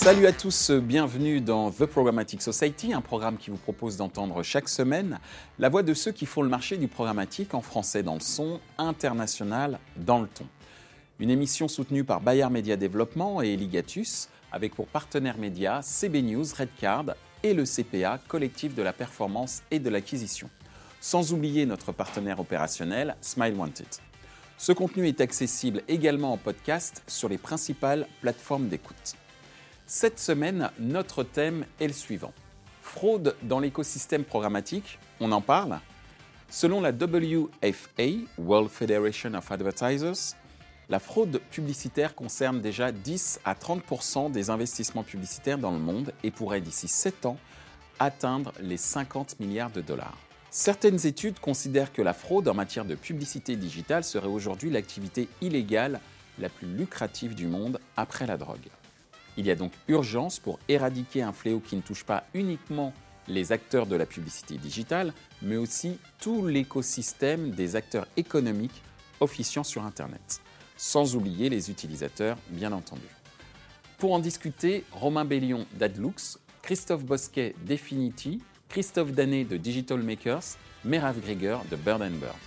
Salut à tous, bienvenue dans The Programmatic Society, un programme qui vous propose d'entendre chaque semaine la voix de ceux qui font le marché du programmatique en français dans le son, international dans le ton. Une émission soutenue par Bayer Media Développement et Ligatus, avec pour partenaires médias CB News, Redcard et le CPA, Collectif de la Performance et de l'Acquisition. Sans oublier notre partenaire opérationnel, Smile Wanted. Ce contenu est accessible également en podcast sur les principales plateformes d'écoute. Cette semaine, notre thème est le suivant. Fraude dans l'écosystème programmatique, on en parle ? Selon la WFA, World Federation of Advertisers, la fraude publicitaire concerne déjà 10 à 30% des investissements publicitaires dans le monde et pourrait d'ici 7 ans atteindre les 50 milliards de dollars. Certaines études considèrent que la fraude en matière de publicité digitale serait aujourd'hui l'activité illégale la plus lucrative du monde après la drogue. Il y a donc urgence pour éradiquer un fléau qui ne touche pas uniquement les acteurs de la publicité digitale, mais aussi tout l'écosystème des acteurs économiques officiant sur Internet. Sans oublier les utilisateurs, bien entendu. Pour en discuter, Romain Bellion d'Adlux, Christophe Bosquet d'Efinity, Christophe Danet de Digital Makers, Merav Grieger de Bird & Bird.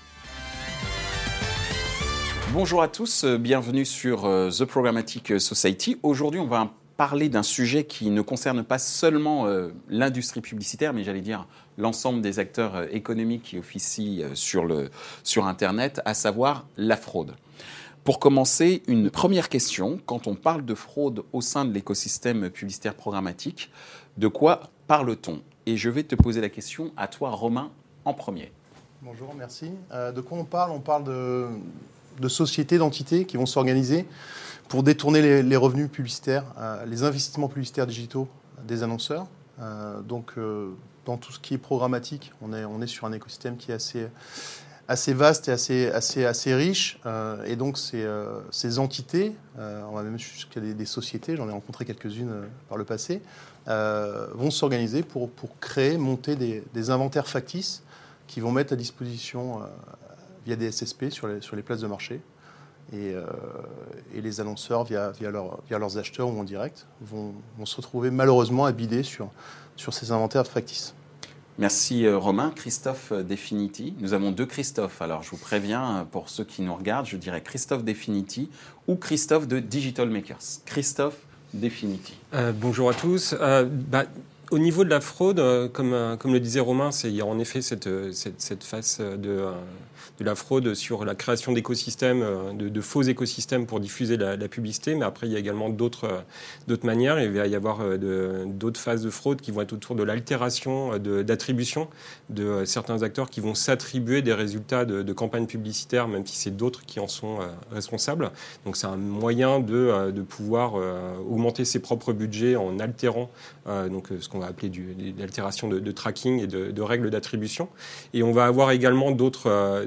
Bonjour à tous, bienvenue sur The Programmatic Society. Aujourd'hui, on va parler d'un sujet qui ne concerne pas seulement l'industrie publicitaire, mais j'allais dire l'ensemble des acteurs économiques qui officient sur Internet, à savoir la fraude. Pour commencer, une première question. Quand on parle de fraude au sein de l'écosystème publicitaire programmatique, de quoi parle-t-on ? Et je vais te poser la question à toi, Romain, en premier. Bonjour, merci. De quoi on parle ? On parle de sociétés, d'entités qui vont s'organiser pour détourner les revenus publicitaires, les investissements publicitaires digitaux des annonceurs. Donc, dans tout ce qui est programmatique, on est sur un écosystème qui est assez vaste et assez riche. Et donc, ces entités, on va même jusqu'à des sociétés, j'en ai rencontré quelques-unes par le passé, vont s'organiser pour créer, monter des inventaires factices qui vont mettre à disposition via des SSP sur les places de marché. Et les annonceurs, via leurs acheteurs ou en direct, vont se retrouver malheureusement à bider sur ces inventaires factices. Merci Romain. Christophe d'Efinity. Nous avons deux Christophe. Alors je vous préviens, pour ceux qui nous regardent, je dirais Christophe d'Efinity ou Christophe de Digital Makers. Christophe d'Efinity. Bonjour à tous. Au niveau de la fraude, comme le disait Romain, il y a en effet cette face de la fraude sur la création d'écosystèmes, de faux écosystèmes pour diffuser la publicité. Mais après, il y a également d'autres manières. Il va y avoir d'autres phases de fraude qui vont être autour de l'altération d'attribution de certains acteurs qui vont s'attribuer des résultats de campagnes publicitaires, même si c'est d'autres qui en sont responsables. Donc c'est un moyen de pouvoir augmenter ses propres budgets en altérant ce qu'on va appeler l'altération de tracking et de règles d'attribution. Et on va avoir également d'autres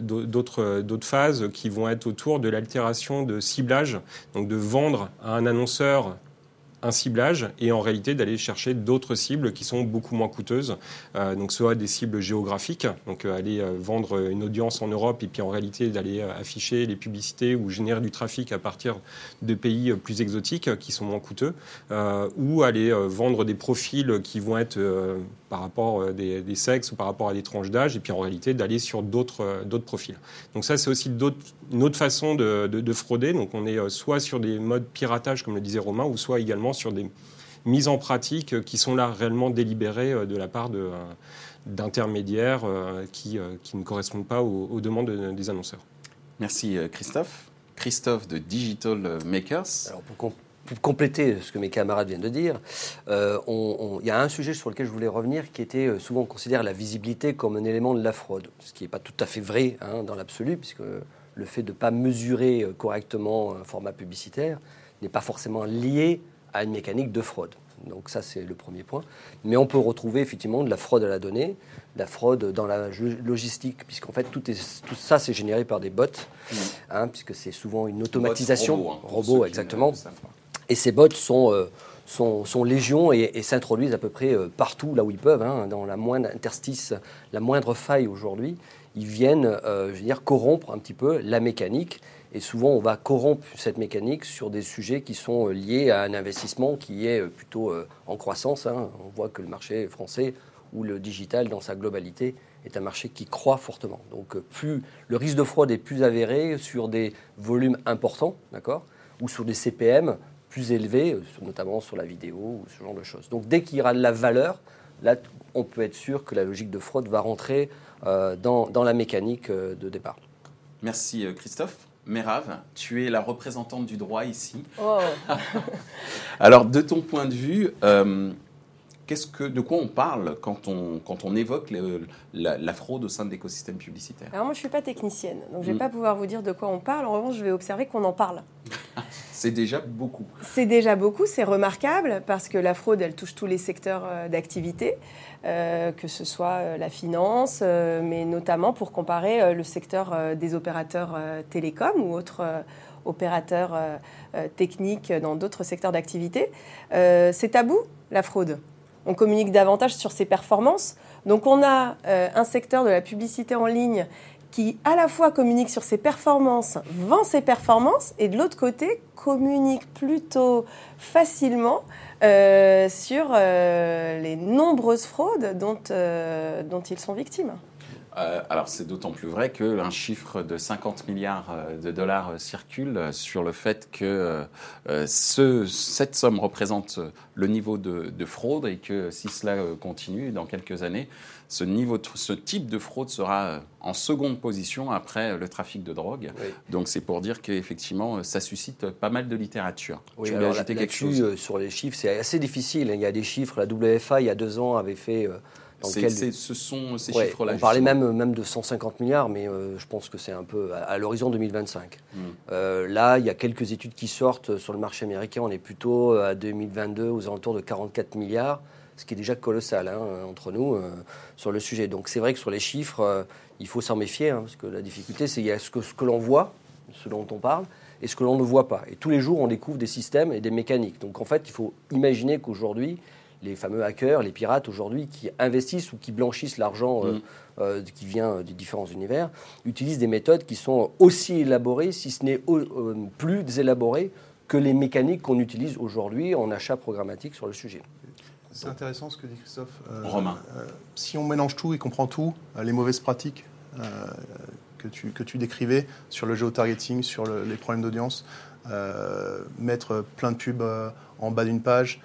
phases qui vont être autour de l'altération de ciblage, donc de vendre à un annonceur un ciblage et en réalité d'aller chercher d'autres cibles qui sont beaucoup moins coûteuses, donc soit des cibles géographiques, donc aller vendre une audience en Europe et puis en réalité d'aller afficher les publicités ou générer du trafic à partir de pays plus exotiques qui sont moins coûteux, ou aller vendre des profils qui vont être par rapport des sexes ou par rapport à des tranches d'âge et puis en réalité d'aller sur d'autres profils. Donc ça c'est aussi une autre façon de frauder, donc on est soit sur des modes piratage comme le disait Romain ou soit également sur des mises en pratique qui sont là réellement délibérées de la part d'intermédiaires qui ne correspondent pas aux demandes des annonceurs. Merci Christophe. Christophe de Digital Makers. Alors pour compléter ce que mes camarades viennent de dire, il y a un sujet sur lequel je voulais revenir qui était souvent on considère la visibilité comme un élément de la fraude, ce qui n'est pas tout à fait vrai dans l'absolu, puisque le fait de ne pas mesurer correctement un format publicitaire n'est pas forcément lié à une mécanique de fraude. Donc ça, c'est le premier point. Mais on peut retrouver effectivement de la fraude à la donnée, de la fraude dans la logistique, puisqu'en fait, tout ça, c'est généré par des bots, puisque c'est souvent une automatisation. Robots, robots exactement. Et ces bots sont sont légion et s'introduisent à peu près partout là où ils peuvent, hein, dans la moindre interstice, la moindre faille aujourd'hui. Ils viennent, corrompre un petit peu la mécanique. Et souvent, on va corrompre cette mécanique sur des sujets qui sont liés à un investissement qui est plutôt en croissance, hein. On voit que le marché français ou le digital dans sa globalité est un marché qui croît fortement. Donc, plus le risque de fraude est plus avéré sur des volumes importants, d'accord, ou sur des CPM plus élevés, notamment sur la vidéo ou ce genre de choses. Donc, dès qu'il y aura de la valeur, là, on peut être sûr que la logique de fraude va rentrer dans la mécanique de départ. Merci Christophe. Merav, tu es la représentante du droit ici. Oh. Alors, de ton point de vue, de quoi on parle quand on évoque la fraude au sein de l'écosystème publicitaire ? Alors moi, je ne suis pas technicienne, donc je ne vais pas pouvoir vous dire de quoi on parle. En revanche, je vais observer qu'on en parle. C'est déjà beaucoup. C'est déjà beaucoup, c'est remarquable, parce que la fraude, elle touche tous les secteurs d'activité, que ce soit la finance, mais notamment pour comparer le secteur des opérateurs télécoms ou autres opérateurs techniques dans d'autres secteurs d'activité. C'est tabou, la fraude. On communique davantage sur ses performances. Donc on a un secteur de la publicité en ligne qui à la fois communique sur ses performances, vend ses performances, et de l'autre côté communique plutôt facilement sur les nombreuses fraudes dont ils sont victimes. Alors c'est d'autant plus vrai qu'un chiffre de 50 milliards de dollars circule sur le fait que cette somme représente le niveau de fraude, et que si cela continue dans quelques années, ce type de fraude sera en seconde position après le trafic de drogue. Oui. Donc c'est pour dire qu'effectivement ça suscite pas mal de littérature. Oui, tu voulais ajouter quelque chose sur les chiffres, c'est assez difficile. Il y a des chiffres, la WFA il y a 2 ans avait fait... ce sont ces chiffres-là. On parlait même de 150 milliards, mais je pense que c'est un peu à l'horizon 2025. Là, il y a quelques études qui sortent sur le marché américain. On est plutôt à 2022 aux alentours de 44 milliards, ce qui est déjà colossal entre nous sur le sujet. Donc c'est vrai que sur les chiffres, il faut s'en méfier, parce que la difficulté, c'est qu'il y a ce que l'on voit, ce dont on parle, et ce que l'on ne voit pas. Et tous les jours, on découvre des systèmes et des mécaniques. Donc en fait, il faut imaginer qu'aujourd'hui, les fameux hackers, les pirates aujourd'hui qui investissent ou qui blanchissent l'argent qui vient des différents univers, utilisent des méthodes qui sont aussi élaborées, si ce n'est plus élaborées que les mécaniques qu'on utilise aujourd'hui en achat programmatique sur le sujet. C'est intéressant ce que dit Christophe. Romain. Si on mélange tout et qu'on prend tout, les mauvaises pratiques que tu décrivais sur le géotargeting, sur les problèmes d'audience, mettre plein de pubs en bas d'une page,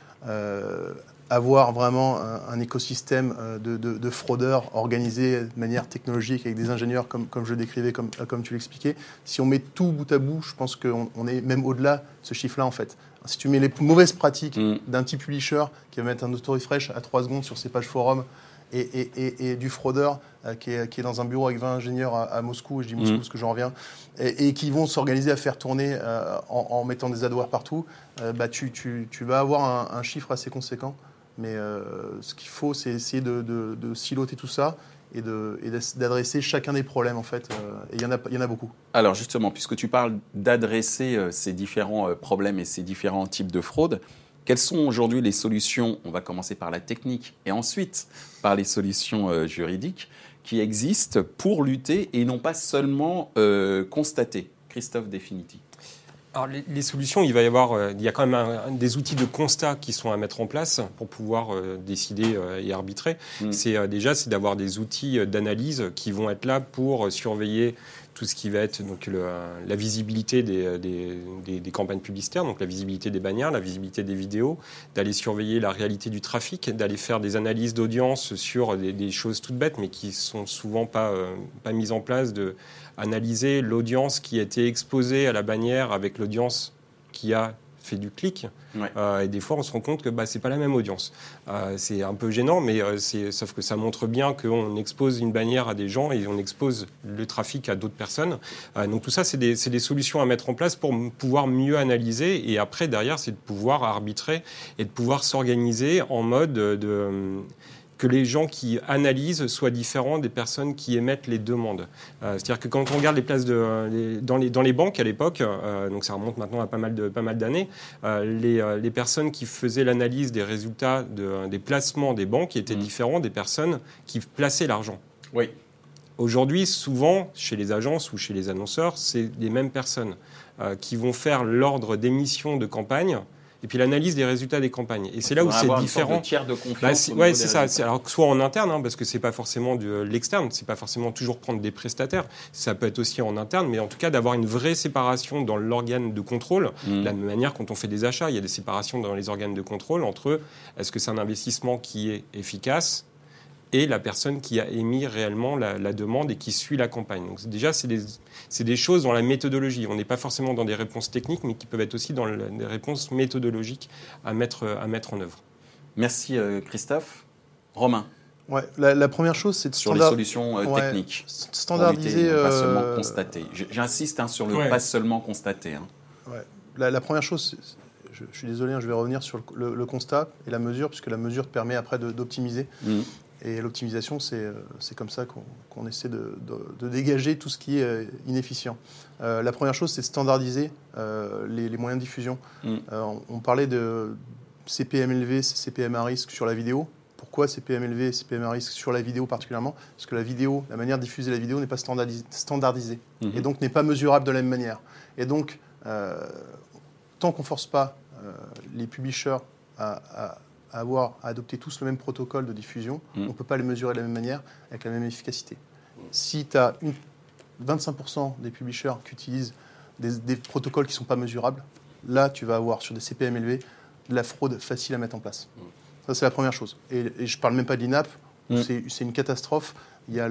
avoir vraiment un écosystème de fraudeurs organisé de manière technologique avec des ingénieurs comme je le décrivais, comme tu l'expliquais. Si on met tout bout à bout, je pense qu'on est même au-delà de ce chiffre-là en fait. Si tu mets les mauvaises pratiques d'un petit publisher qui va mettre un auto-refresh à 3 secondes sur ses pages forums et du fraudeur qui est dans un bureau avec 20 ingénieurs à Moscou, je dis Moscou parce que j'en reviens, et qui vont s'organiser à faire tourner en mettant des adwares partout, tu vas avoir un chiffre assez conséquent. Mais ce qu'il faut, c'est essayer de siloter tout ça et d'adresser chacun des problèmes, en fait. Et il y en a beaucoup. Alors justement, puisque tu parles d'adresser ces différents problèmes et ces différents types de fraude, quelles sont aujourd'hui les solutions ? On va commencer par la technique et ensuite par les solutions juridiques qui existent pour lutter et non pas seulement constater. Christophe Definiti. Alors les solutions, il y a quand même des outils de constat qui sont à mettre en place pour pouvoir décider et arbitrer. C'est d'avoir des outils d'analyse qui vont être là pour surveiller tout ce qui va être donc la visibilité des campagnes publicitaires, donc la visibilité des bannières, la visibilité des vidéos, d'aller surveiller la réalité du trafic, d'aller faire des analyses d'audience sur des choses toutes bêtes mais qui sont souvent pas mises en place, analyser l'audience qui a été exposée à la bannière avec l'audience qui a fait du clic. Ouais. Et des fois, on se rend compte que c'est pas la même audience. C'est un peu gênant, mais sauf que ça montre bien qu'on expose une bannière à des gens et on expose le trafic à d'autres personnes. Donc tout ça, c'est des solutions à mettre en place pour pouvoir mieux analyser. Et après, derrière, c'est de pouvoir arbitrer et de pouvoir s'organiser en mode que les gens qui analysent soient différents des personnes qui émettent les demandes. C'est-à-dire que quand on regarde les places dans les banques à l'époque, donc ça remonte maintenant à pas mal d'années, les personnes qui faisaient l'analyse des résultats des placements des banques étaient différents des personnes qui plaçaient l'argent. Oui. Aujourd'hui, souvent, chez les agences ou chez les annonceurs, c'est les mêmes personnes qui vont faire l'ordre d'émission de campagne et puis l'analyse des résultats des campagnes. Et c'est là où c'est différent. Une sorte de tiers de confiance. Oui, c'est ça. Alors, soit en interne, parce que c'est pas forcément de l'externe, c'est pas forcément toujours prendre des prestataires. Ça peut être aussi en interne, mais en tout cas d'avoir une vraie séparation dans l'organe de contrôle. De la même manière, quand on fait des achats, il y a des séparations dans les organes de contrôle entre est-ce que c'est un investissement qui est efficace et la personne qui a émis réellement la demande et qui suit la campagne. Donc déjà, c'est des choses dans la méthodologie. On n'est pas forcément dans des réponses techniques, mais qui peuvent être aussi dans des réponses méthodologiques à mettre en œuvre. Merci Christophe. Romain. Ouais, la première chose, c'est de sur les solutions techniques. Standardiser. Pas seulement constater. J'insiste sur le pas seulement constater. Ouais. La première chose, je suis désolé, je vais revenir sur le constat et la mesure, puisque la mesure permet après d'optimiser. Et l'optimisation, c'est comme ça qu'on essaie de dégager tout ce qui est inefficient. La première chose, c'est de standardiser les moyens de diffusion. On parlait de CPM élevé, CPM à risque sur la vidéo. Pourquoi CPM élevé, CPM à risque sur la vidéo particulièrement ? Parce que la manière de diffuser la vidéo n'est pas standardisée et donc n'est pas mesurable de la même manière. Et donc, tant qu'on ne force pas les publishers à adopter tous le même protocole de diffusion, on ne peut pas les mesurer de la même manière, avec la même efficacité. Si tu as 25% des publishers qui utilisent des protocoles qui ne sont pas mesurables, là, tu vas avoir, sur des CPM élevés, de la fraude facile à mettre en place. Ça, c'est la première chose. Et je ne parle même pas de l'INAP, c'est une catastrophe. Il y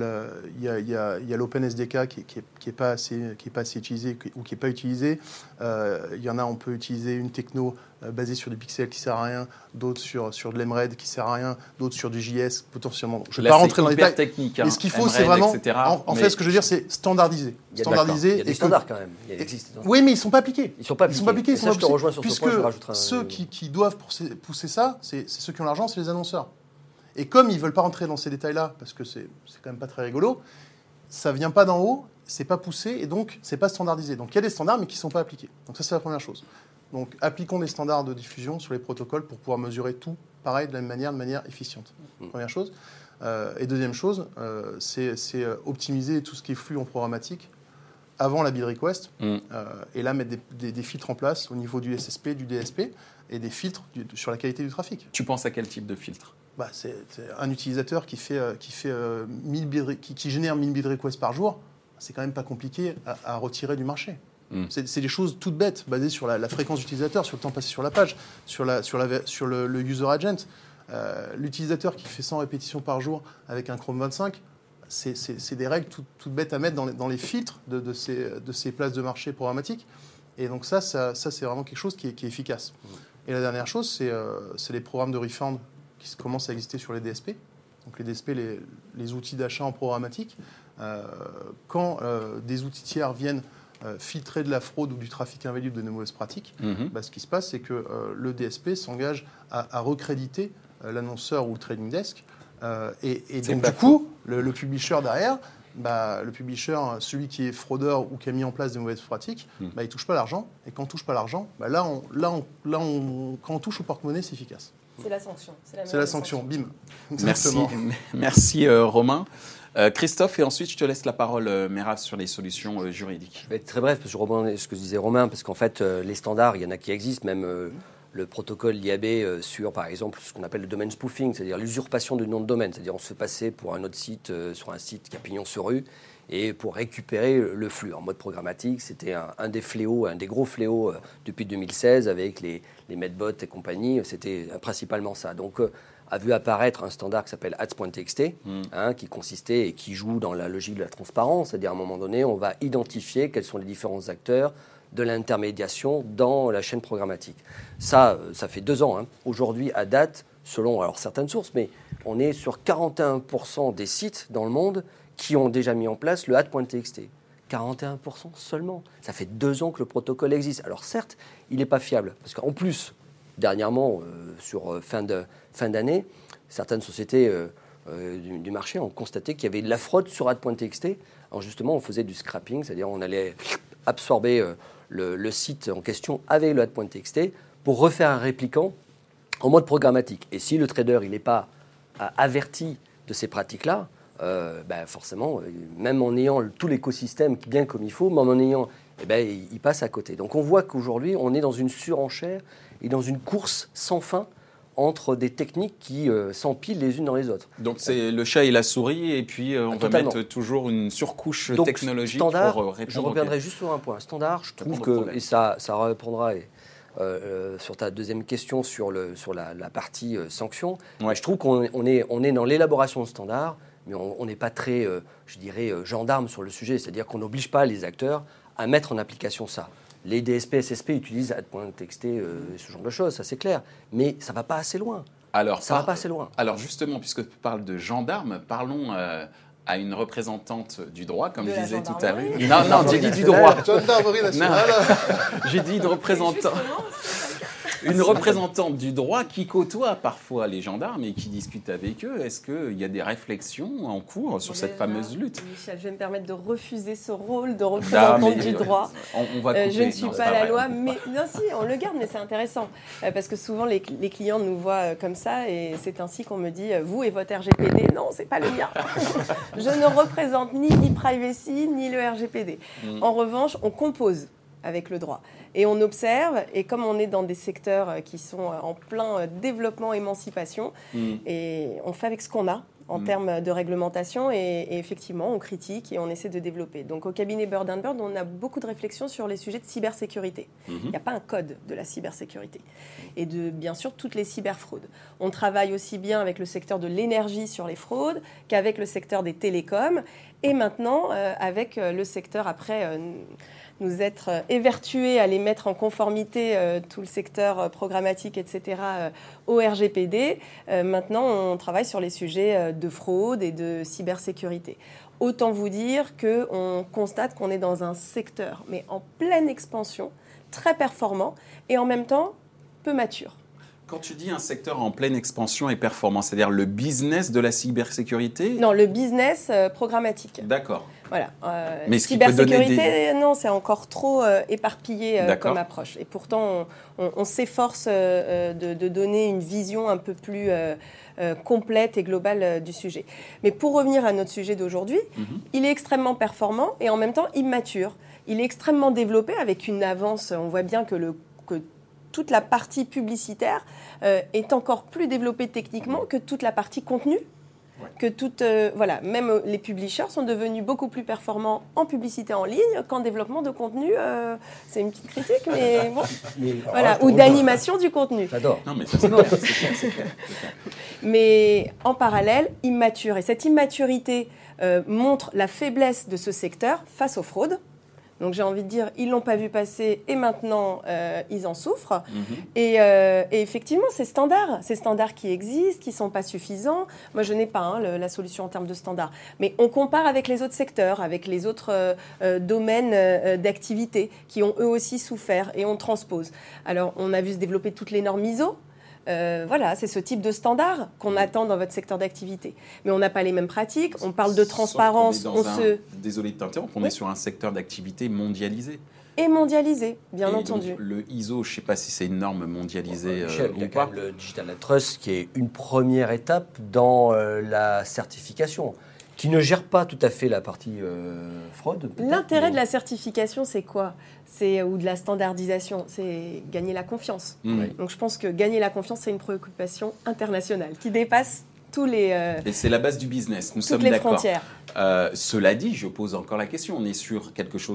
a l'OpenSDK qui est pas assez utilisé ou qui n'est pas utilisé. Il y en a, on peut utiliser une techno basée sur du pixel qui ne sert à rien, d'autres sur de l'Emred qui ne sert à rien, d'autres sur du JS potentiellement. Je ne vais pas rentrer dans les détails. Technique, mais ce qu'il faut, c'est vraiment... En fait, ce que je veux dire, c'est standardiser. Il y a des standards quand même. Oui, mais ils ne sont pas appliqués. Ils ne sont pas appliqués. Ça, je te rejoins sur ce point, je rajouterai ceux qui doivent pousser ça, c'est ceux qui ont l'argent, c'est les annonceurs. Et comme ils ne veulent pas rentrer dans ces détails-là, parce que c'est quand même pas très rigolo, ça ne vient pas d'en haut, c'est pas poussé, et donc c'est pas standardisé. Donc il y a des standards, mais qui ne sont pas appliqués. Donc ça, c'est la première chose. Donc appliquons des standards de diffusion sur les protocoles pour pouvoir mesurer tout, pareil, de la même manière, de manière efficiente. Première chose. Et deuxième chose, c'est optimiser tout ce qui est flux en programmatique avant la bid request, et là mettre des filtres en place au niveau du SSP, du DSP, et des filtres sur la qualité du trafic. Tu penses à quel type de filtre ? C'est un utilisateur qui génère 1000 bid requests par jour, c'est quand même pas compliqué à retirer du marché. C'est des choses toutes bêtes, basées sur la fréquence d'utilisateur, sur le temps passé sur la page, sur le user agent. L'utilisateur qui fait 100 répétitions par jour avec un Chrome 25, c'est des règles toutes bêtes à mettre dans les filtres de ces places de marché programmatiques. Et donc ça c'est vraiment quelque chose qui est efficace. Et la dernière chose, c'est les programmes de refund qui commencent à exister sur les DSP. Donc les DSP, les outils d'achat en programmatique. Quand des outils tiers viennent filtrer de la fraude ou du trafic invalide ou de mauvaises pratiques, ce qui se passe, c'est que le DSP s'engage à recréditer l'annonceur ou le trading desk. Et donc du coup, le publisher derrière, le publisher, celui qui est fraudeur ou qui a mis en place des mauvaises pratiques, il ne touche pas l'argent. Et quand on ne touche pas l'argent, quand on touche au porte-monnaie, c'est efficace. C'est la sanction. C'est la sanction, bim. Merci Romain. Christophe, et ensuite je te laisse la parole, Merab, sur les solutions juridiques. Je vais être très bref, parce que je rebondis ce que disait Romain, parce qu'en fait, les standards, il y en a qui existent, même le protocole l'IAB sur, par exemple, ce qu'on appelle le domain spoofing, c'est-à-dire l'usurpation du nom de domaine, c'est-à-dire on se fait passer pour un autre site, sur un site qui a pignon sur rue, et pour récupérer le flux en mode programmatique. C'était un des fléaux, un des gros fléaux depuis 2016 avec les Medbot et compagnie. C'était principalement ça. Donc, a vu apparaître un standard qui s'appelle ads.txt, qui consistait et qui joue dans la logique de la transparence. C'est-à-dire, à un moment donné, on va identifier quels sont les différents acteurs de l'intermédiation dans la chaîne programmatique. Ça fait 2 ans. Aujourd'hui, à date, selon certaines sources, mais on est sur 41% des sites dans le monde qui ont déjà mis en place le ads.txt. 41% seulement. Ça fait 2 ans que le protocole existe. Alors certes, il n'est pas fiable, parce qu'en plus, dernièrement, sur fin d'année, certaines sociétés du marché ont constaté qu'il y avait de la fraude sur ad.txt. Alors justement, on faisait du scrapping, c'est-à-dire on allait absorber le site en question avec le ad.txt pour refaire un répliquant en mode programmatique. Et si le trader il n'est pas averti de ces pratiques-là, forcément, même en ayant tout l'écosystème bien comme il faut, même en ayant, il passe à côté. Donc on voit qu'aujourd'hui, on est dans une surenchère et dans une course sans fin entre des techniques qui s'empilent les unes dans les autres. Donc c'est le chat et la souris, et puis on va mettre toujours une surcouche technologique standard, pour répondre. Je reviendrai juste sur un point. Standard, je trouve que, et ça répondra sur ta deuxième question sur la partie sanctions, je trouve qu'on est dans l'élaboration de standards, mais on n'est pas très, gendarme sur le sujet, c'est-à-dire qu'on n'oblige pas les acteurs à mettre en application ça. Les DSP, SSP utilisent ad.txt, ce genre de choses, ça c'est clair. Mais ça ne va pas assez loin. Alors, va pas assez loin. Alors justement, puisque tu parles de gendarme, parlons à une représentante du droit, comme je disais tout à l'heure. Non, j'ai dit du droit. Gendarmerie nationale. J'ai dit une représentante du droit qui côtoie parfois les gendarmes et qui discute avec eux. Est-ce qu'il y a des réflexions en cours sur cette fameuse lutte ? Michel, je vais me permettre de refuser ce rôle de représentante du droit. On va couper. Je ne suis pas la loi, mais non, si, on le garde, mais c'est intéressant. Parce que souvent, les clients nous voient comme ça et c'est ainsi qu'on me dit, vous et votre RGPD, non, c'est pas le mien. Je ne représente ni e-privacy, ni le RGPD. En revanche, on compose avec le droit. Et on observe, et comme on est dans des secteurs qui sont en plein développement, émancipation, et on fait avec ce qu'on a en termes de réglementation, et effectivement, on critique et on essaie de développer. Donc au cabinet Bird & Bird, on a beaucoup de réflexions sur les sujets de cybersécurité. Il n'y a pas un code de la cybersécurité. Et bien sûr, toutes les cyberfraudes. On travaille aussi bien avec le secteur de l'énergie sur les fraudes qu'avec le secteur des télécoms, et maintenant avec le secteur après... nous être évertués à les mettre en conformité, tout le secteur programmatique, etc., au RGPD. Maintenant, on travaille sur les sujets de fraude et de cybersécurité. Autant vous dire qu'on constate qu'on est dans un secteur, mais en pleine expansion, très performant, et en même temps, peu mature. Quand tu dis un secteur en pleine expansion et performant, c'est-à-dire le business de la cybersécurité ? Non, le business programmatique. D'accord. Voilà. Mais cybersécurité, non, c'est encore trop éparpillé comme approche. Et pourtant, on s'efforce de donner une vision un peu plus complète et globale du sujet. Mais pour revenir à notre sujet d'aujourd'hui, il est extrêmement performant et en même temps immature. Il est extrêmement développé avec une avance. On voit bien que toute la partie publicitaire est encore plus développée techniquement que toute la partie contenu. Ouais. Même les publishers sont devenus beaucoup plus performants en publicité en ligne qu'en développement de contenu. C'est une petite critique, mais bon. Ou d'animation du contenu. J'adore. Non, mais ça, c'est clair, c'est clair. Mais en parallèle, immature. Et cette immaturité montre la faiblesse de ce secteur face aux fraudes. Donc j'ai envie de dire, ils ne l'ont pas vu passer et maintenant ils en souffrent. Et effectivement, ces standards qui existent, qui ne sont pas suffisants. Moi, je n'ai pas la solution en termes de standards. Mais on compare avec les autres secteurs, avec les autres domaines d'activité qui ont eux aussi souffert et on transpose. Alors, on a vu se développer toutes les normes ISO. C'est ce type de standard qu'on attend dans votre secteur d'activité. Mais on n'a pas les mêmes pratiques, on parle de transparence. Désolé de t'interrompre, on est sur un secteur d'activité mondialisé. Et mondialisé, bien entendu. Donc, le ISO, je ne sais pas si c'est une norme mondialisée Michel, ou pas. Le Digital Trust qui est une première étape dans la certification, qui ne gère pas tout à fait la partie fraude. L'intérêt de la certification, c'est quoi ? Ou de la standardisation, c'est gagner la confiance. Donc je pense que gagner la confiance, c'est une préoccupation internationale qui dépasse tous les... Et c'est la base du business, nous sommes d'accord. Toutes les frontières. Cela dit, je pose encore la question, on est sur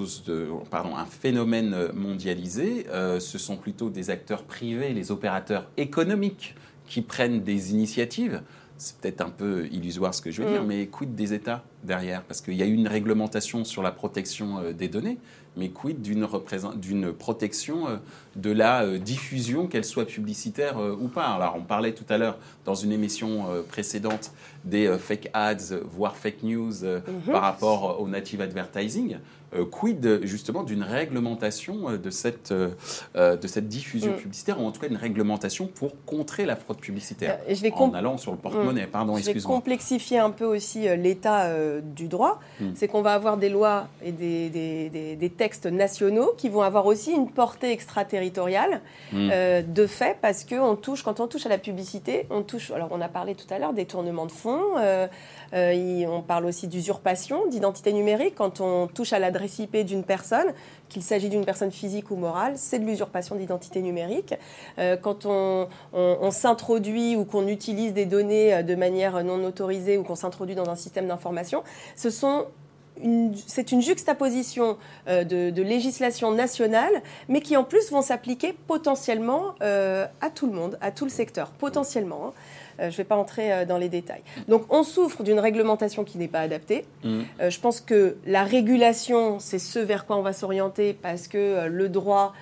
un phénomène mondialisé, ce sont plutôt des acteurs privés, les opérateurs économiques qui prennent des initiatives. C'est peut-être un peu illusoire ce que je veux dire, mais quid des États ? derrière? Parce qu'il y a eu une réglementation sur la protection des données, mais quid d'une protection de la diffusion, qu'elle soit publicitaire ou pas? Alors, on parlait tout à l'heure, dans une émission précédente, des fake ads, voire fake news par rapport au native advertising. Quid justement d'une réglementation de cette diffusion publicitaire, ou en tout cas une réglementation pour contrer la fraude publicitaire, en allant sur le porte-monnaie. Pardon, excuse-moi. Je vais complexifier un peu aussi l'état du droit. C'est qu'on va avoir des lois et des textes nationaux qui vont avoir aussi une portée extraterritoriale de fait, parce que quand on touche à la publicité, alors on a parlé tout à l'heure des détournement de fonds, on parle aussi d'usurpation d'identité numérique. Quand on touche à l'adresse IP d'une personne, qu'il s'agit d'une personne physique ou morale, c'est de l'usurpation d'identité numérique. Quand on s'introduit ou qu'on utilise des données de manière non autorisée ou qu'on s'introduit dans un système d'information, c'est une juxtaposition de législation nationale, mais qui en plus vont s'appliquer potentiellement à tout le monde, à tout le secteur, potentiellement. Je ne vais pas entrer dans les détails. Donc on souffre d'une réglementation qui n'est pas adaptée. Je pense que la régulation, c'est ce vers quoi on va s'orienter, parce que le droit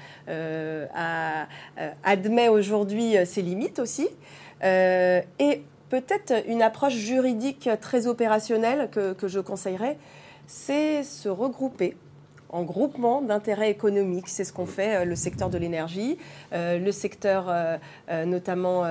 admet aujourd'hui ses limites aussi. Et peut-être une approche juridique très opérationnelle que je conseillerais, c'est se regrouper en groupement d'intérêts économiques. C'est ce qu'ont fait le secteur de l'énergie, le secteur notamment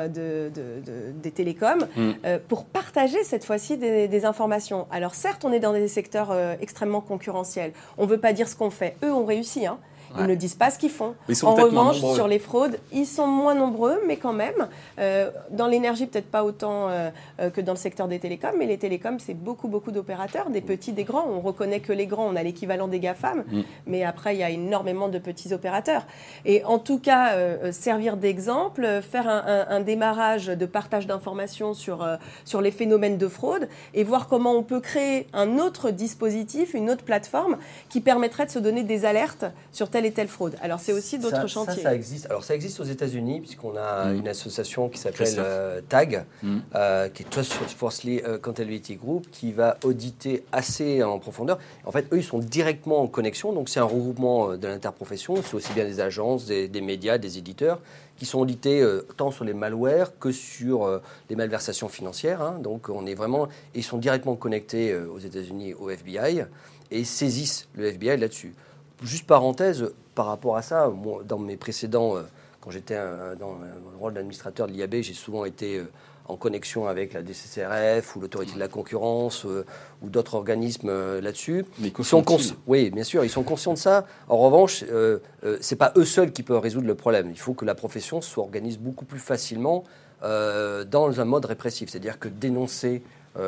des télécoms, pour partager cette fois-ci des informations. Alors certes, on est dans des secteurs extrêmement concurrentiels. On ne veut pas dire ce qu'on fait. Eux ont réussi, hein. Ils ne disent pas ce qu'ils font. En revanche, sur les fraudes, ils sont moins nombreux, mais quand même. Dans l'énergie, peut-être pas autant que dans le secteur des télécoms, mais les télécoms, c'est beaucoup d'opérateurs, des petits, des grands. On reconnaît que les grands, on a l'équivalent des GAFAM, mais après, il y a énormément de petits opérateurs. Et en tout cas, servir d'exemple, faire un démarrage de partage d'informations sur les phénomènes de fraude et voir comment on peut créer un autre dispositif, une autre plateforme qui permettrait de se donner des alertes sur telle et telle fraude. Alors, c'est aussi d'autres chantiers. Ça existe. Alors, ça existe aux États-Unis, puisqu'on a une association qui s'appelle TAG, qui est Trust Falsely Accountability Group, qui va auditer assez en profondeur. En fait, eux, ils sont directement en connexion. Donc, c'est un regroupement de l'interprofession. C'est aussi bien des agences, des médias, des éditeurs, qui sont audités tant sur les malwares que sur les malversations financières. Hein. Donc, on est vraiment... Ils sont directement connectés aux États-Unis au FBI et saisissent le FBI là-dessus. Juste parenthèse, par rapport à ça, moi, dans mes précédents, quand j'étais dans le rôle d'administrateur de l'IAB, j'ai souvent été en connexion avec la DCCRF ou l'autorité de la concurrence ou d'autres organismes là-dessus. Mais oui, bien sûr, ils sont conscients de ça. En revanche, c'est pas eux seuls qui peuvent résoudre le problème. Il faut que la profession s'organise beaucoup plus facilement dans un mode répressif, c'est-à-dire que dénoncer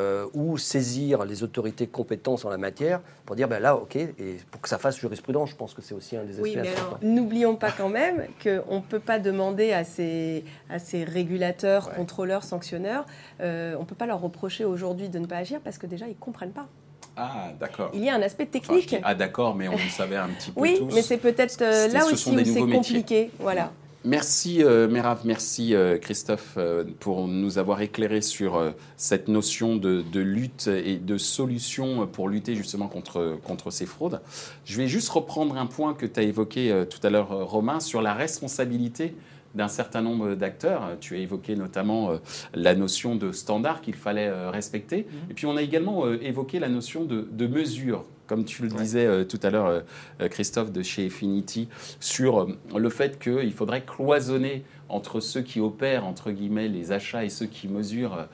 ou saisir les autorités compétentes en la matière pour dire, ben là, OK, et pour que ça fasse jurisprudence, je pense que c'est aussi un des aspects. Oui, mais alors, n'oublions pas quand même qu'on ne peut pas demander à ces régulateurs, contrôleurs, sanctionneurs, on ne peut pas leur reprocher aujourd'hui de ne pas agir parce que déjà, ils ne comprennent pas. Ah, d'accord. Il y a un aspect technique. D'accord, mais on le savait un petit peu tous. Oui, mais c'est peut-être là aussi où c'est compliqué. Voilà. Merci Merav, merci Christophe pour nous avoir éclairé sur cette notion de lutte et de solution pour lutter justement contre ces fraudes. Je vais juste reprendre un point que tu as évoqué tout à l'heure, Romain, sur la responsabilité d'un certain nombre d'acteurs. Tu as évoqué notamment la notion de standard qu'il fallait respecter. Et puis on a également évoqué la notion de mesure, comme tu le disais tout à l'heure, Christophe, de chez Affinity, sur le fait qu'il faudrait cloisonner entre ceux qui opèrent, entre guillemets, les achats et ceux qui mesurent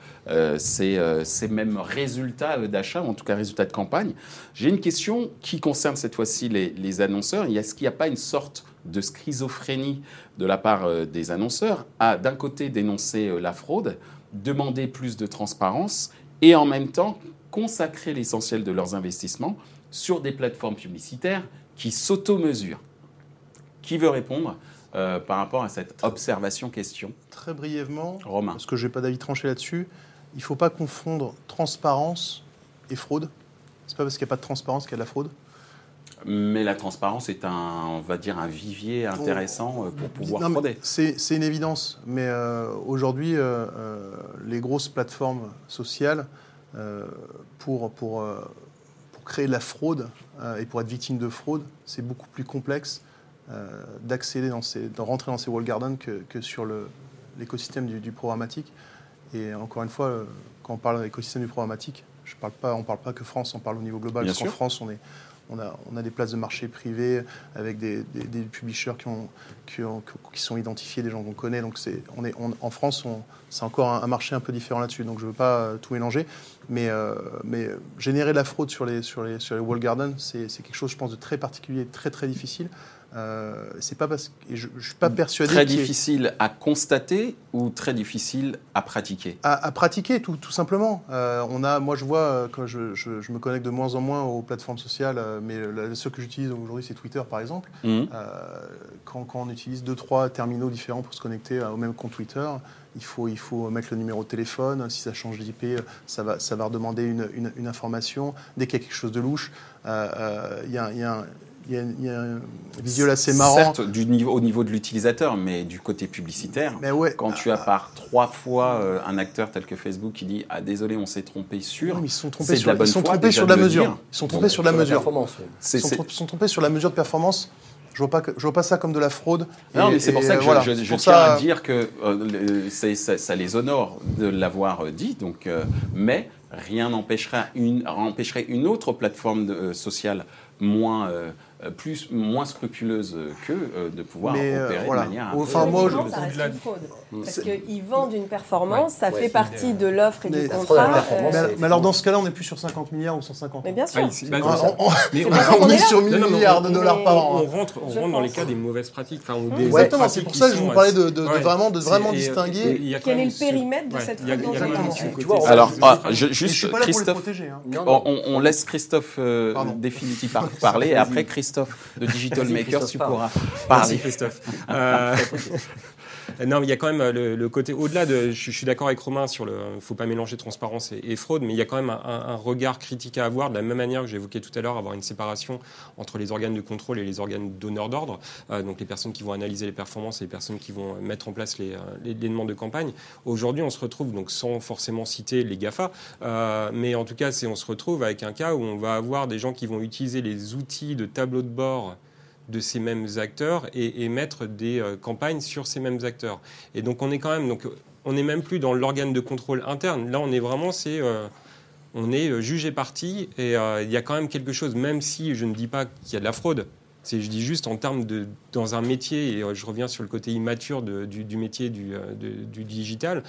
ces mêmes résultats d'achat, ou en tout cas résultats de campagne. J'ai une question qui concerne cette fois-ci les annonceurs. Est-ce qu'il n'y a pas une sorte de schizophrénie de la part des annonceurs à, d'un côté, dénoncer la fraude, demander plus de transparence et en même temps consacrer l'essentiel de leurs investissements sur des plateformes publicitaires qui s'auto-mesurent? Qui veut répondre par rapport à cette observation-question? Très brièvement, Romain. parce que je n'ai pas d'avis tranché là-dessus, il ne faut pas confondre transparence et fraude. Ce n'est pas parce qu'il n'y a pas de transparence qu'il y a de la fraude. Mais la transparence est on va dire, un vivier intéressant pour pouvoir frauder. C'est une évidence. Mais aujourd'hui, les grosses plateformes sociales pour créer de la fraude et pour être victime de fraude, c'est beaucoup plus complexe d'accéder de rentrer dans ces walled gardens que sur l'écosystème du programmatique. Et encore une fois, quand on parle d'écosystème du programmatique, on ne parle pas que France, on parle au niveau global. Bien parce qu'en sûr. France, on a des places de marché privées avec des publishers qui sont identifiés, des gens qu'on connaît. Donc en France, c'est encore un marché un peu différent là-dessus. Donc je ne veux pas tout mélanger. Mais générer de la fraude sur les walled gardens, c'est quelque chose, je pense, de très particulier, très très difficile. C'est pas parce que je suis pas persuadé. Très difficile à constater ou très difficile à pratiquer. À pratiquer tout simplement. Moi je vois quand je me connecte de moins en moins aux plateformes sociales, mais la seule que j'utilise aujourd'hui c'est Twitter par exemple. Quand on utilise 2-3 terminaux différents pour se connecter au même compte Twitter, il faut mettre le numéro de téléphone. Si ça change d'IP, ça va redemander une information. Dès qu'il y a quelque chose de louche, il y a un visuel assez marrant. Certes, au niveau de l'utilisateur, mais du côté publicitaire, quand tu as par 3 fois un acteur tel que Facebook qui dit « Ah, désolé, on s'est trompé sur… » Ils sont trompés sur la mesure. Ils sont trompés sur la mesure. Ils sont trompés sur la mesure de performance. Je vois pas ça comme de la fraude. Non, mais c'est pour ça que je tiens à dire que ça les honore de l'avoir dit. Donc, mais rien n'empêcherait une autre plateforme sociale moins scrupuleuse que de pouvoir opérer de manière… moi, ça reste une fraude. Parce qu'ils vendent une performance, ça fait partie de l'offre et du contrat. Mais alors dans ce cas-là, on n'est plus sur 50 milliards ou 150 Mais bien sûr. On est sur 1000 milliards de dollars par an. On rentre dans les cas des mauvaises pratiques. Exactement, c'est pour ça que je vous parlais de vraiment distinguer. Quel est le périmètre de cette fraude? Alors, juste, je suis pas là pour les Christophe, protéger. on laisse Christophe définitivement parler, et après Christophe de Digital Makers, tu pourras parler. Merci Christophe. Non, mais il y a quand même le côté au-delà de. Je suis d'accord avec Romain sur il ne faut pas mélanger transparence et fraude, mais il y a quand même un regard critique à avoir, de la même manière que j'évoquais tout à l'heure, avoir une séparation entre les organes de contrôle et les organes donneurs d'ordre, donc les personnes qui vont analyser les performances et les personnes qui vont mettre en place les demandes de campagne. Aujourd'hui, on se retrouve, donc sans forcément citer les GAFA, mais en tout cas, on se retrouve avec un cas où on va avoir des gens qui vont utiliser les outils de tableau de bord de ces mêmes acteurs et mettre des campagnes sur ces mêmes acteurs. Et donc on est même plus dans l'organe de contrôle interne. Là, on est vraiment, on est juge et partie, et il y a quand même quelque chose, même si je ne dis pas qu'il y a de la fraude. Je dis juste en termes dans un métier, et je reviens sur le côté immature du métier du digital,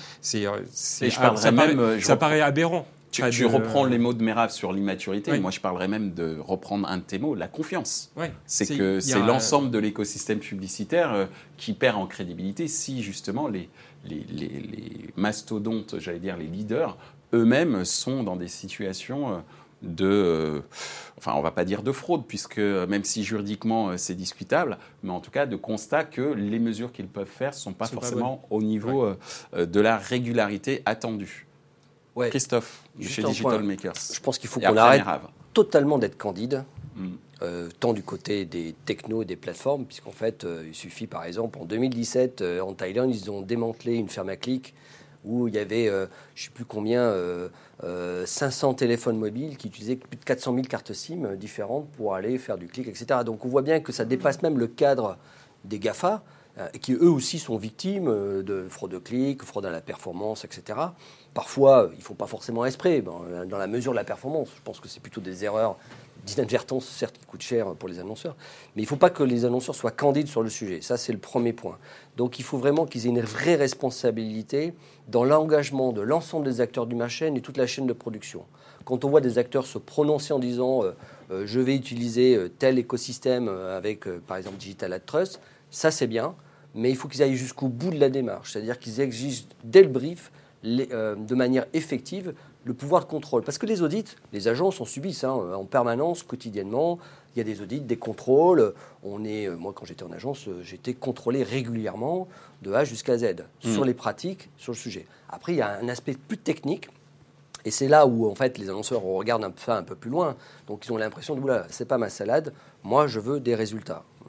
ça paraît aberrant. Tu reprends les mots de Merav sur l'immaturité. Oui. Moi, je parlerais même de reprendre un de tes mots, la confiance. Oui. C'est l'ensemble de l'écosystème publicitaire qui perd en crédibilité si, justement, les mastodontes, j'allais dire les leaders, eux-mêmes sont dans des situations on ne va pas dire de fraude, puisque même si juridiquement c'est discutable, mais en tout cas de constat que les mesures qu'ils peuvent faire ne sont pas forcément au niveau de la régularité attendue. Ouais. Christophe, chez Digital Makers. Je pense qu'il faut qu'on arrête totalement d'être candide, tant du côté des technos et des plateformes, puisqu'en fait, il suffit par exemple, en 2017, en Thaïlande, ils ont démantelé une ferme à clics où il y avait, je ne sais plus combien, 500 téléphones mobiles qui utilisaient plus de 400 000 cartes SIM différentes pour aller faire du clic, etc. Donc on voit bien que ça dépasse même le cadre des GAFA, qui eux aussi sont victimes de fraude de clic, fraude à la performance, etc. Parfois, il ne faut pas forcément esprit dans la mesure de la performance. Je pense que c'est plutôt des erreurs d'inadvertance, certes, qui coûtent cher pour les annonceurs. Mais il ne faut pas que les annonceurs soient candides sur le sujet. Ça, c'est le premier point. Donc, il faut vraiment qu'ils aient une vraie responsabilité dans l'engagement de l'ensemble des acteurs du marché et toute la chaîne de production. Quand on voit des acteurs se prononcer en disant je vais utiliser tel écosystème avec, par exemple, Digital Ad Trust, ça, c'est bien. Mais il faut qu'ils aillent jusqu'au bout de la démarche. C'est-à-dire qu'ils exigent dès le brief, de manière effective, le pouvoir de contrôle. Parce que les audits, les agences en subissent en permanence, quotidiennement. Il y a des audits, des contrôles. Moi, quand j'étais en agence, j'étais contrôlé régulièrement de A jusqu'à Z sur les pratiques, sur le sujet. Après, il y a un aspect plus technique. Et c'est là où, en fait, les annonceurs regardent ça un peu plus loin. Donc, ils ont l'impression de, oula, c'est pas ma salade. Moi, je veux des résultats.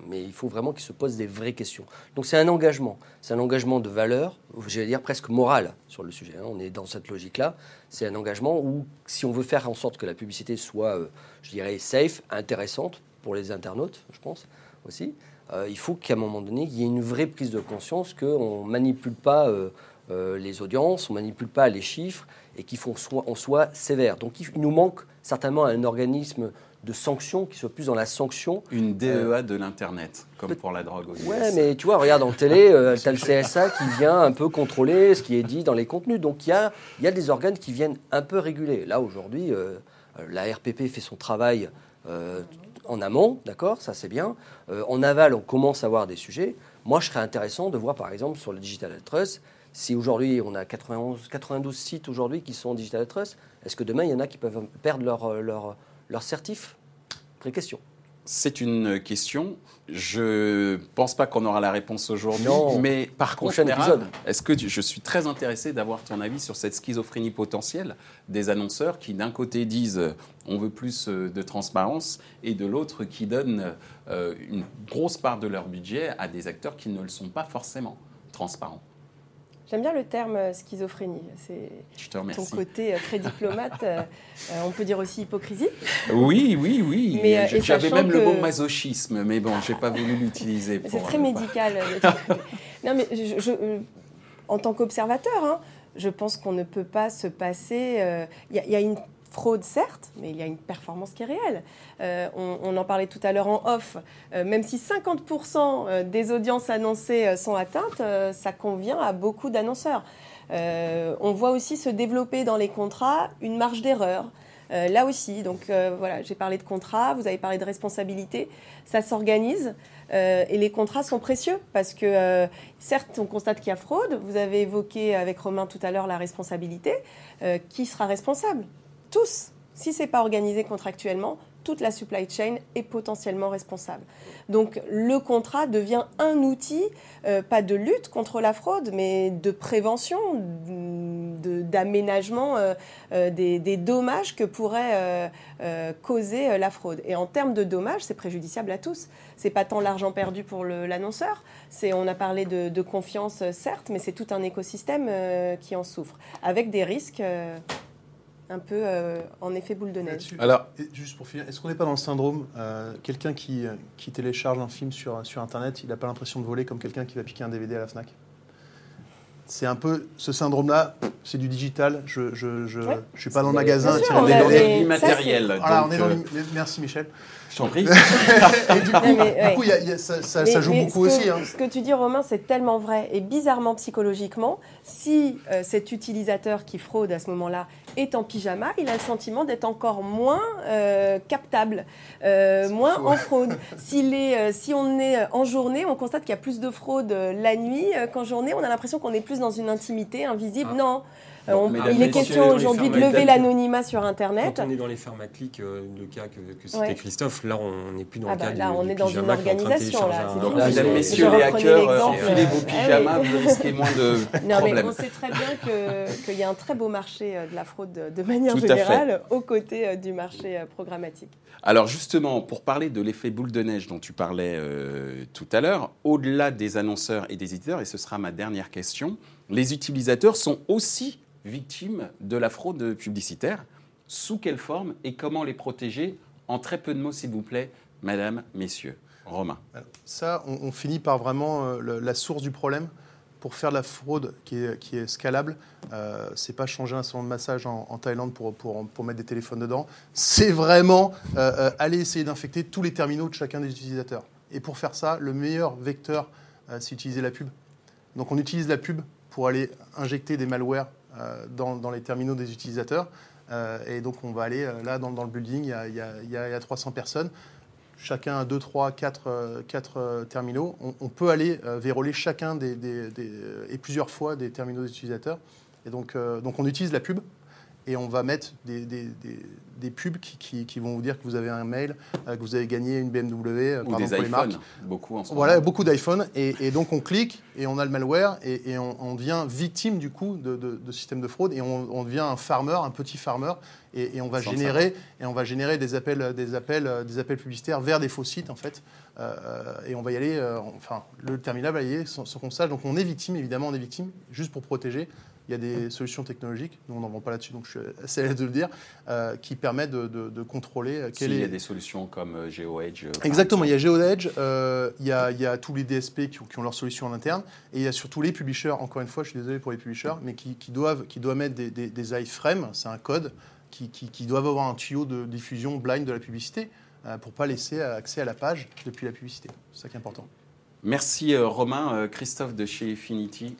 mais il faut vraiment qu'ils se posent des vraies questions. Donc c'est un engagement de valeur, j'allais dire presque morale sur le sujet. On est dans cette logique-là. C'est un engagement où, si on veut faire en sorte que la publicité soit, je dirais, safe, intéressante pour les internautes, je pense aussi, il faut qu'à un moment donné, il y ait une vraie prise de conscience qu'on ne manipule pas les audiences, on ne manipule pas les chiffres et qu'on soit sévère. Donc il nous manque certainement un organisme de sanctions qui soit plus dans la sanction. Une DEA de l'Internet, comme pour la drogue aux US. Ouais, mais tu vois, regarde en télé, tu as le CSA qui vient un peu contrôler ce qui est dit dans les contenus. Donc il y a des organes qui viennent un peu réguler. Là, aujourd'hui, la RPP fait son travail en amont, d'accord, ça c'est bien. En aval, on commence à avoir des sujets. Moi, je serais intéressant de voir, par exemple, sur le Digital Trust, si aujourd'hui, on a 92 sites aujourd'hui qui sont en Digital Trust, est-ce que demain, il y en a qui peuvent perdre leur certif? Vraie question. C'est une question. Je pense pas qu'on aura la réponse aujourd'hui, mais par contre, je suis très intéressé d'avoir ton avis sur cette schizophrénie potentielle des annonceurs qui, d'un côté, disent on veut plus de transparence et de l'autre qui donnent une grosse part de leur budget à des acteurs qui ne le sont pas forcément transparents. J'aime bien le terme schizophrénie. C'est ton côté très diplomate. On peut dire aussi hypocrisie. Oui. Mais, j'avais même le mot masochisme, mais bon, je n'ai pas voulu l'utiliser. C'est très médical. Non, mais en tant qu'observateur, je pense qu'on ne peut pas se passer. Il y a une fraude, certes, mais il y a une performance qui est réelle. On en parlait tout à l'heure en off. Même si 50% des audiences annoncées sont atteintes, ça convient à beaucoup d'annonceurs. On voit aussi se développer dans les contrats une marge d'erreur. Là aussi, donc voilà, j'ai parlé de contrats, vous avez parlé de responsabilité. Ça s'organise et les contrats sont précieux parce que certes, on constate qu'il y a fraude. Vous avez évoqué avec Romain tout à l'heure la responsabilité. Qui sera responsable ? Tous, si ce n'est pas organisé contractuellement, toute la supply chain est potentiellement responsable. Donc le contrat devient un outil, pas de lutte contre la fraude, mais de prévention, d'aménagement des dommages que pourrait causer la fraude. Et en termes de dommages, c'est préjudiciable à tous. Ce n'est pas tant l'argent perdu pour l'annonceur, on a parlé de confiance, certes, mais c'est tout un écosystème qui en souffre, avec des risques... un peu en effet boule de neige. Alors, juste pour finir, est-ce qu'on n'est pas dans le syndrome quelqu'un qui télécharge un film sur Internet, il n'a pas l'impression de voler comme quelqu'un qui va piquer un DVD à la FNAC? C'est un peu ce syndrome-là, c'est du digital. Je ne suis pas dans le magasin. On est dans l'immatériel. Voilà, on est dans merci Michel. Je t'en prie. Et du coup, ça joue beaucoup aussi. Ce que tu dis, Romain, c'est tellement vrai. Et bizarrement, psychologiquement, si cet utilisateur qui fraude à ce moment-là est en pyjama, il a le sentiment d'être encore moins captable, moins en fraude. Si on est en journée, on constate qu'il y a plus de fraude la nuit qu'en journée. On a l'impression qu'on est plus dans une intimité invisible. Non. Il est question aujourd'hui de lever l'anonymat sur Internet. Quand on est dans les fermes à clics, le cas que c'était Christophe, là on n'est plus dans le cas là, on est dans une organisation. Donc, mesdames, messieurs les hackers, enfilez vos pyjamas, vous risquez moins de problèmes. Mais on sait très bien qu'il y a un très beau marché de la fraude de manière générale, aux côtés du marché programmatique. Alors justement, pour parler de l'effet boule de neige dont tu parlais tout à l'heure, au-delà des annonceurs et des éditeurs, et ce sera ma dernière question, les utilisateurs sont aussi victimes de la fraude publicitaire. Sous quelle forme et comment les protéger? En très peu de mots, s'il vous plaît, mesdames, messieurs. Romain. Alors, ça, on finit par vraiment la source du problème. Pour faire de la fraude qui est scalable, c'est pas changer un salon de massage en Thaïlande pour mettre des téléphones dedans. C'est vraiment aller essayer d'infecter tous les terminaux de chacun des utilisateurs. Et pour faire ça, le meilleur vecteur, c'est utiliser la pub. Donc on utilise la pub pour aller injecter des malwares dans les terminaux des utilisateurs. Et donc on va aller là dans le building, il y a 300 personnes. Chacun a 2, 3, 4 terminaux. On peut aller verrouiller chacun et plusieurs fois des terminaux des utilisateurs. Et donc on utilise la pub. et on va mettre des pubs qui vont vous dire que vous avez un mail, que vous avez gagné une BMW, ou des iPhones, beaucoup en ce moment. Voilà, beaucoup d'iPhones, et donc on clique, et on a le malware, et on devient victime du coup de systèmes de fraude, et on devient un farmer, un petit farmer, et on va générer des appels publicitaires vers des faux sites en fait, et on va y aller, le terminal va y aller sans qu'on sache. Donc on est victime, évidemment, on est victime, juste pour protéger. Il y a des solutions technologiques, nous on n'en vend pas là-dessus, donc je suis assez à l'aise de le dire, qui permettent de contrôler Il y a des solutions comme GeoEdge. Exactement, il y a GeoEdge, il y a tous les DSP qui ont leur solution en interne, et il y a surtout les publishers, encore une fois, je suis désolé pour les publishers, mais qui doivent mettre des iframes, c'est un code, qui doivent avoir un tuyau de diffusion blind de la publicité, pour ne pas laisser accès à la page depuis la publicité. C'est ça qui est important. Merci Romain. Christophe de chez Efinity.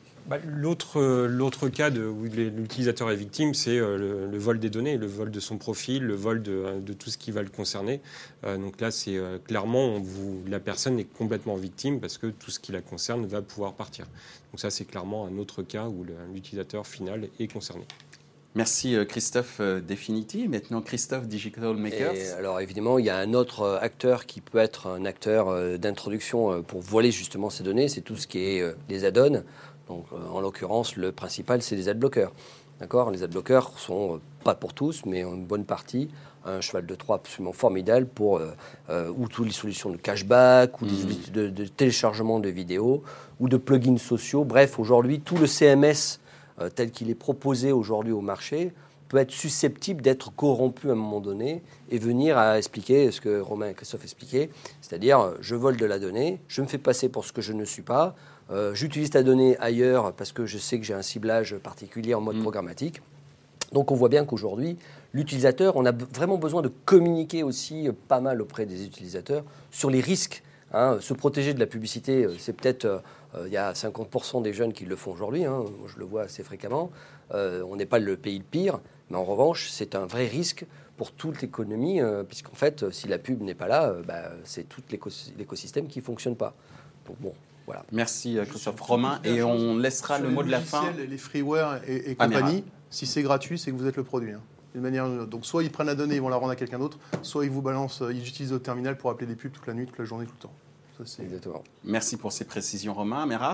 L'autre cas où l'utilisateur est victime, c'est le vol des données, le vol de son profil, le vol de tout ce qui va le concerner. Donc là, c'est clairement, la personne est complètement victime parce que tout ce qui la concerne va pouvoir partir. Donc ça, c'est clairement un autre cas où l'utilisateur final est concerné. Merci Christophe d'Efinity. Maintenant, Christophe Digital Makers. Et alors évidemment, il y a un autre acteur qui peut être un acteur d'introduction pour voler justement ces données, c'est tout ce qui est les add-ons. Donc, en l'occurrence, le principal, c'est les adblockers. D'accord ? Les adblockers sont, pas pour tous, mais en une bonne partie, un cheval de Troie absolument formidable pour ou toutes les solutions de cashback, ou des outils de téléchargement de vidéos, ou de plugins sociaux. Bref, aujourd'hui, tout le CMS tel qu'il est proposé aujourd'hui au marché peut être susceptible d'être corrompu à un moment donné et venir à expliquer ce que Romain et Christophe expliquaient, c'est-à-dire je vole de la donnée, je me fais passer pour ce que je ne suis pas, j'utilise ta donnée ailleurs parce que je sais que j'ai un ciblage particulier en mode programmatique. Donc on voit bien qu'aujourd'hui, l'utilisateur, on a vraiment besoin de communiquer aussi pas mal auprès des utilisateurs sur les risques. Se protéger de la publicité, c'est peut-être, il y a 50% des jeunes qui le font aujourd'hui, moi je le vois assez fréquemment. On n'est pas le pays le pire, mais en revanche, c'est un vrai risque pour toute l'économie, puisqu'en fait, si la pub n'est pas là, c'est tout l'écosystème qui ne fonctionne pas. Donc bon, voilà. Merci Christophe. Romain, et on laissera le mot de la fin. Les freeware et compagnie, si c'est gratuit, c'est que vous êtes le produit. D'une manière, donc soit ils prennent la donnée, ils vont la rendre à quelqu'un d'autre, soit ils vous balancent, ils utilisent votre terminal pour appeler des pubs toute la nuit, toute la journée, tout le temps. Ça, c'est... Exactement. Merci pour ces précisions, Romain. Merab ?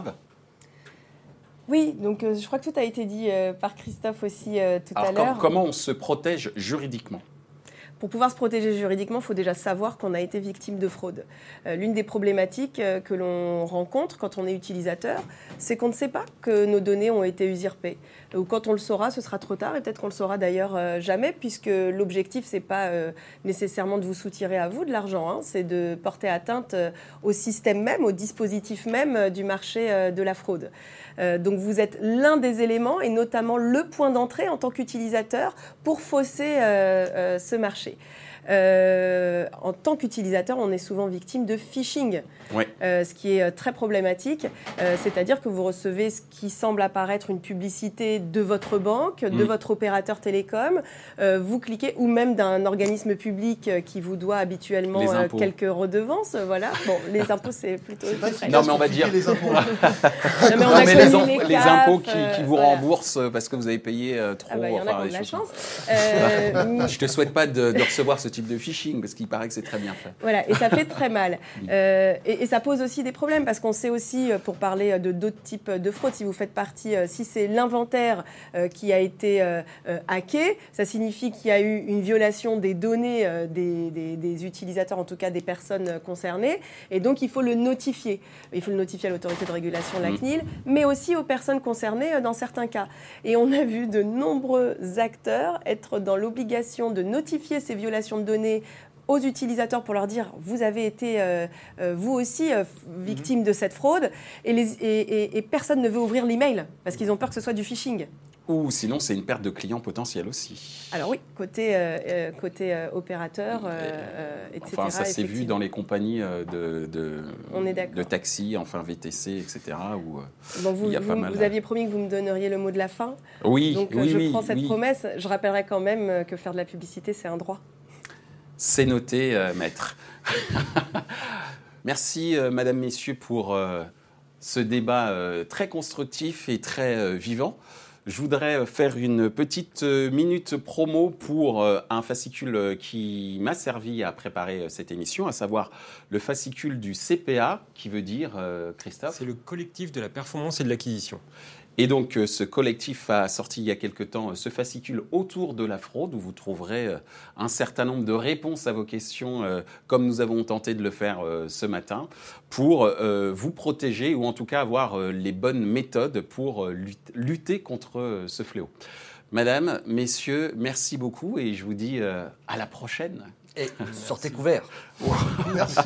Oui, donc je crois que tout a été dit par Christophe aussi tout à l'heure. Comment on se protège juridiquement ? Pour pouvoir se protéger juridiquement, il faut déjà savoir qu'on a été victime de fraude. L'une des problématiques que l'on rencontre quand on est utilisateur, c'est qu'on ne sait pas que nos données ont été usurpées. Ou quand on le saura, ce sera trop tard, et peut-être qu'on le saura d'ailleurs jamais, puisque l'objectif, c'est pas nécessairement de vous soutirer à vous de l'argent, c'est de porter atteinte au système même, au dispositif même du marché de la fraude. Donc vous êtes l'un des éléments, et notamment le point d'entrée en tant qu'utilisateur pour fausser ce marché. En tant qu'utilisateur, on est souvent victime de phishing, ce qui est très problématique. C'est-à-dire que vous recevez ce qui semble apparaître une publicité de votre banque, de votre opérateur télécom. Vous cliquez, ou même d'un organisme public qui vous doit habituellement quelques redevances. Voilà. Bon, les impôts, c'est plutôt... Non, mais on va dire... les impôts. Les impôts qui vous remboursent parce que vous avez payé trop. Il y en a qui ont de la chance. Je ne te souhaite pas de recevoir ce type de phishing, parce qu'il paraît que c'est très bien fait. Voilà, et ça fait très mal. Et ça pose aussi des problèmes, parce qu'on sait aussi, pour parler de d'autres types de fraudes, si vous faites partie, si c'est l'inventaire qui a été hacké, ça signifie qu'il y a eu une violation des données des utilisateurs, en tout cas des personnes concernées, et donc il faut le notifier. Il faut le notifier à l'autorité de régulation, la CNIL, mais aussi aux personnes concernées dans certains cas. Et on a vu de nombreux acteurs être dans l'obligation de notifier ces violations de données aux utilisateurs pour leur dire « vous avez été vous aussi victime de cette fraude » et personne ne veut ouvrir l'email parce qu'ils ont peur que ce soit du phishing. Ou sinon, c'est une perte de clients potentiels aussi. Alors oui, côté opérateur, etc. Enfin, ça s'est vu dans les compagnies de taxi, enfin VTC, etc. Où il y a pas mal. Vous aviez promis que vous me donneriez le mot de la fin. Oui, donc je prends cette promesse. Je rappellerai quand même que faire de la publicité, c'est un droit. C'est noté, maître. Merci, madame, messieurs, pour ce débat très constructif et très vivant. Je voudrais faire une petite minute promo pour un fascicule qui m'a servi à préparer cette émission, à savoir le fascicule du CPA, qui veut dire, Christophe ? C'est le collectif de la performance et de l'acquisition. Et donc, ce collectif a sorti il y a quelque temps ce fascicule autour de la fraude, où vous trouverez un certain nombre de réponses à vos questions, comme nous avons tenté de le faire ce matin, pour vous protéger, ou en tout cas avoir les bonnes méthodes pour lutter contre ce fléau. Madame, messieurs, merci beaucoup, et je vous dis à la prochaine. Et sortez couverts. Merci.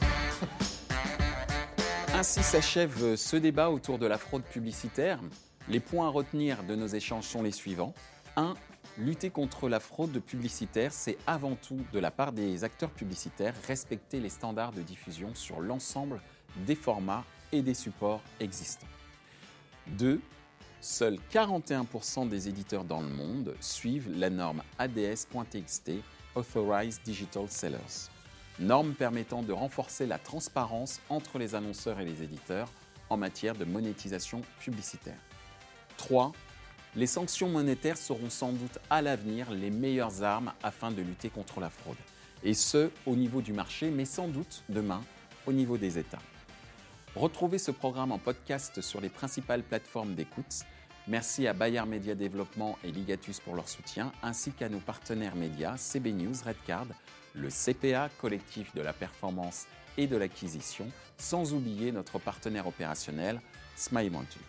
Ainsi s'achève ce débat autour de la fraude publicitaire. Les points à retenir de nos échanges sont les suivants. 1. Lutter contre la fraude publicitaire, c'est avant tout, de la part des acteurs publicitaires, respecter les standards de diffusion sur l'ensemble des formats et des supports existants. 2. Seuls 41% des éditeurs dans le monde suivent la norme ADS.TXT, Authorized Digital Sellers. Norme permettant de renforcer la transparence entre les annonceurs et les éditeurs en matière de monétisation publicitaire. 3. Les sanctions monétaires seront sans doute à l'avenir les meilleures armes afin de lutter contre la fraude. Et ce, au niveau du marché, mais sans doute demain au niveau des États. Retrouvez ce programme en podcast sur les principales plateformes d'écoute. Merci à Bayer Media Développement et Ligatus pour leur soutien, ainsi qu'à nos partenaires médias CB News, Redcard, le CPA, collectif de la performance et de l'acquisition, sans oublier notre partenaire opérationnel, Smile Wanted.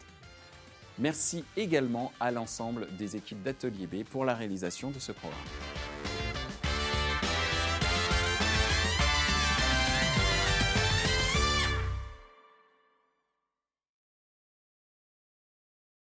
Merci également à l'ensemble des équipes d'Atelier B pour la réalisation de ce programme.